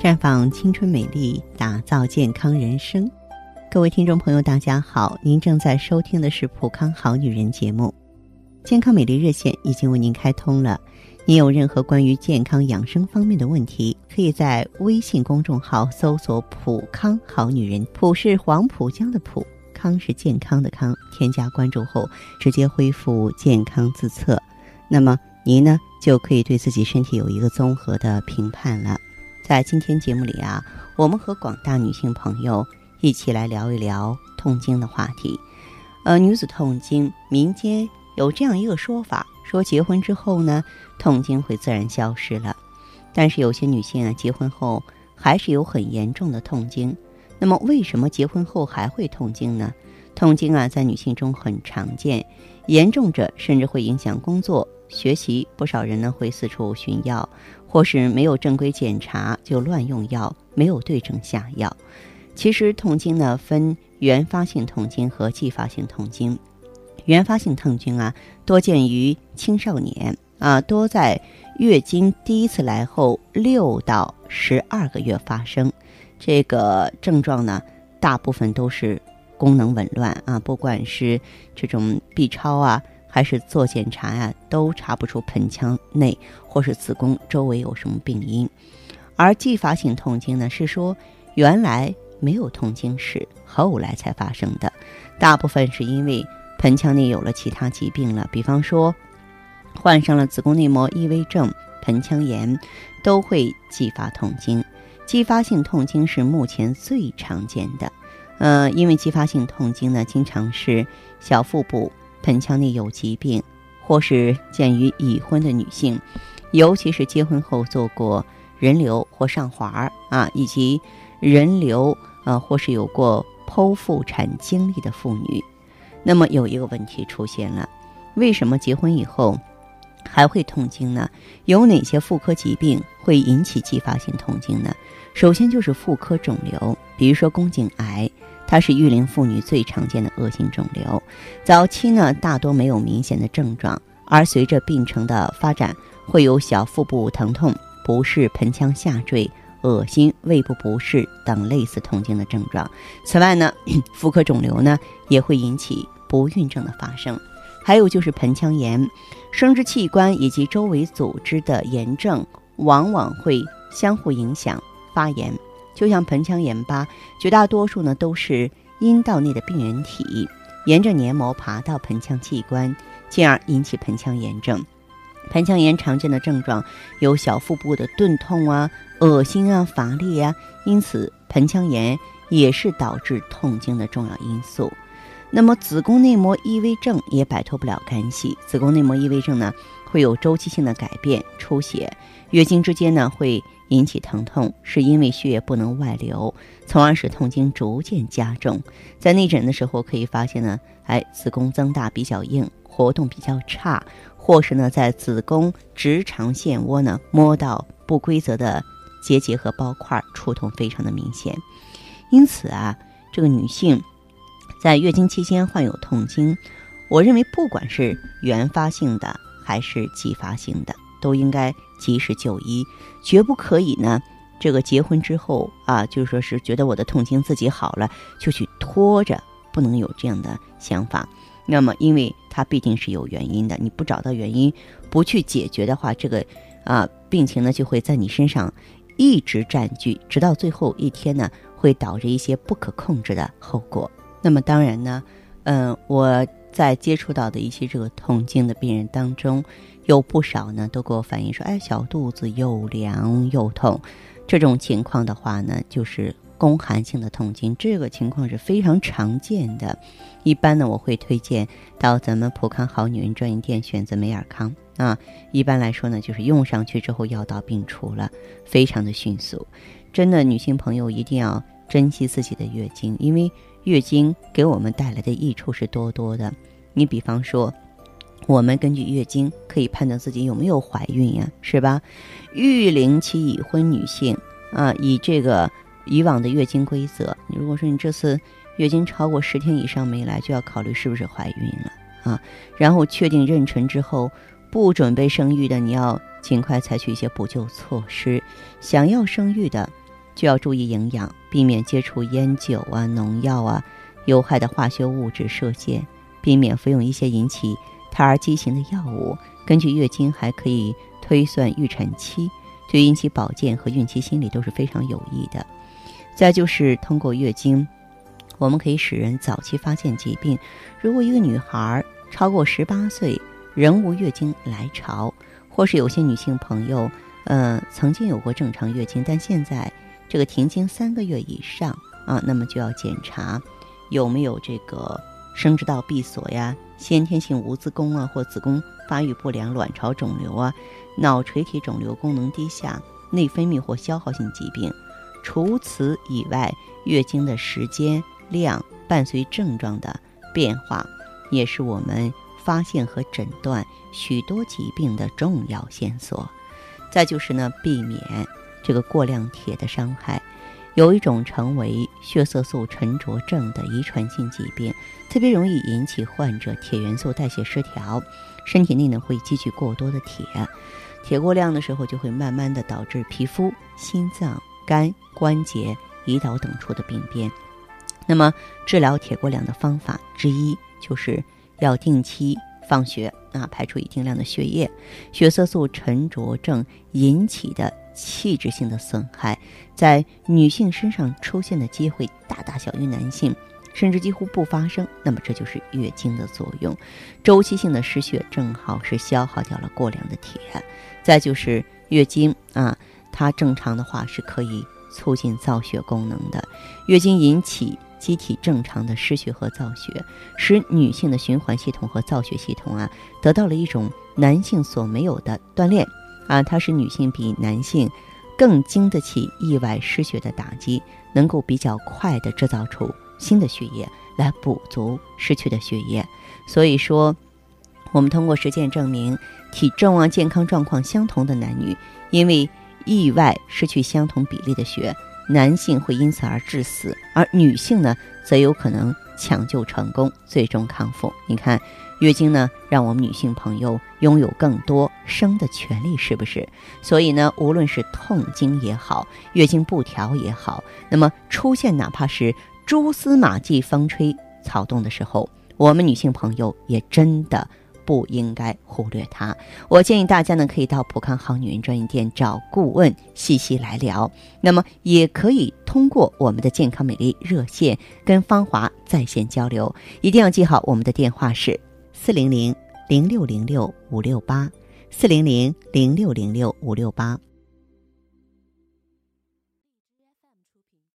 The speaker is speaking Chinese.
绽放青春美丽，打造健康人生。各位听众朋友大家好，您正在收听的是普康好女人节目。健康美丽热线已经为您开通了，您有任何关于健康养生方面的问题，可以在微信公众号搜索普康好女人，普是黄浦江的浦，康是健康的康，添加关注后直接恢复健康自测，那么您呢就可以对自己身体有一个综合的评判了。在今天节目里啊，我们和广大女性朋友一起来聊一聊痛经的话题。女子痛经，民间有这样一个说法，说结婚之后呢，痛经会自然消失了。但是有些女性啊，结婚后还是有很严重的痛经。那么为什么结婚后还会痛经呢？痛经啊，在女性中很常见，严重者甚至会影响工作、学习。不少人呢会四处寻药，或是没有正规检查就乱用药，没有对症下药。其实痛经呢分原发性痛经和继发性痛经。原发性痛经啊，多见于青少年啊，多在月经第一次来后6到12个月发生。这个症状呢，大部分都是功能紊乱啊，不管是这种 B 超啊，还是做检查呀，都查不出盆腔内或是子宫周围有什么病因。而继发性痛经呢，是说原来没有痛经史，后来才发生的，大部分是因为盆腔内有了其他疾病了，比方说患上了子宫内膜异位症、盆腔炎，都会继发痛经。继发性痛经是目前最常见的，因为继发性痛经呢，经常是小腹部、盆腔内有疾病，或是见于已婚的女性，尤其是结婚后做过人流或上环啊，以及人流或是有过剖腹产经历的妇女。那么有一个问题出现了，为什么结婚以后还会痛经呢？有哪些妇科疾病会引起继发性痛经呢？首先就是妇科肿瘤，比如说宫颈癌，它是育龄妇女最常见的恶性肿瘤。早期呢，大多没有明显的症状，而随着病程的发展，会有小腹部疼痛、不适、盆腔下坠、恶心、胃部不适等类似痛经的症状。此外呢，妇科肿瘤呢也会引起不孕症的发生。还有就是盆腔炎，生殖器官以及周围组织的炎症往往会相互影响发炎。就像盆腔炎吧，绝大多数呢都是阴道内的病原体沿着黏膜爬到盆腔器官，进而引起盆腔炎症。盆腔炎常见的症状有小腹部的钝痛啊、恶心啊、乏力啊，因此盆腔炎也是导致痛经的重要因素。那么子宫内膜异位症也摆脱不了干系。子宫内膜异位症呢，会有周期性的改变、出血，月经之间呢会引起疼痛，是因为血液不能外流，从而使痛经逐渐加重。在内诊的时候可以发现呢，子宫增大比较硬，活动比较差，或是呢在子宫直肠腺窝呢摸到不规则的结节和包块，触痛非常的明显。因此啊，这个女性在月经期间患有痛经，我认为不管是原发性的还是继发性的，都应该及时就医，绝不可以呢这个结婚之后啊，就说是觉得我的痛经自己好了就去拖着，不能有这样的想法。那么因为它必定是有原因的，你不找到原因，不去解决的话，这个病情呢就会在你身上一直占据，直到最后一天呢会导致一些不可控制的后果。那么当然呢，我在接触到的一些这个痛经的病人当中，有不少呢都给我反映说，小肚子又凉又痛。这种情况的话呢，就是宫寒性的痛经，这个情况是非常常见的。一般呢，我会推荐到咱们普康好女人专营店选择美尔康啊。一般来说呢，就是用上去之后药到病除了，非常的迅速。真的，女性朋友一定要珍惜自己的月经，因为月经给我们带来的益处是多多的。你比方说，我们根据月经可以判断自己有没有怀孕呀，是吧？育龄期已婚女性啊，以这个以往的月经规则，如果说你这次月经超过10天以上没来，就要考虑是不是怀孕了啊。然后确定妊娠之后，不准备生育的，你要尽快采取一些补救措施。想要生育的， 就要注意营养，避免接触烟酒啊、农药啊、有害的化学物质射线，避免服用一些引起胎儿畸形的药物。根据月经还可以推算预产期，对孕期保健和孕期心理都是非常有益的。再就是通过月经，我们可以使人早期发现疾病。如果一个女孩超过18岁仍无月经来潮，或是有些女性朋友曾经有过正常月经，但现在这个停经3个月以上啊，那么就要检查有没有这个生殖道闭锁呀、先天性无子宫啊，或子宫发育不良、卵巢肿瘤啊、脑垂体肿瘤、功能低下、内分泌或消耗性疾病。除此以外，月经的时间、量伴随症状的变化，也是我们发现和诊断许多疾病的重要线索。再就是呢，避免这个过量铁的伤害。有一种称为血色素沉着症的遗传性疾病，特别容易引起患者铁元素代谢失调，身体内呢会积聚过多的铁，铁过量的时候就会慢慢的导致皮肤、心脏、肝、关节、胰岛等处的病变。那么治疗铁过量的方法之一就是要定期放血排出一定量的血液。血色素沉着症引起的器质性的损害，在女性身上出现的机会大大小于男性，甚至几乎不发生。那么这就是月经的作用，周期性的失血正好是消耗掉了过量的铁。再就是月经它正常的话是可以促进造血功能的。月经引起机体正常的失血和造血，使女性的循环系统和造血系统得到了一种男性所没有的锻炼它使女性比男性更经得起意外失血的打击，能够比较快地制造出新的血液来补足失去的血液。所以说，我们通过实践证明，体重健康状况相同的男女，因为意外失去相同比例的血，男性会因此而致死，而女性呢，则有可能抢救成功，最终康复。你看，月经呢，让我们女性朋友拥有更多生的权利，是不是？所以呢，无论是痛经也好，月经不调也好，那么出现哪怕是蛛丝马迹、风吹草动的时候，我们女性朋友也真的不应该忽略它。我建议大家呢，可以到普康好女人专营店找顾问细细来聊，那么也可以通过我们的健康美丽热线跟芳华在线交流。一定要记好，我们的电话是400-0606-568 400-0606-568。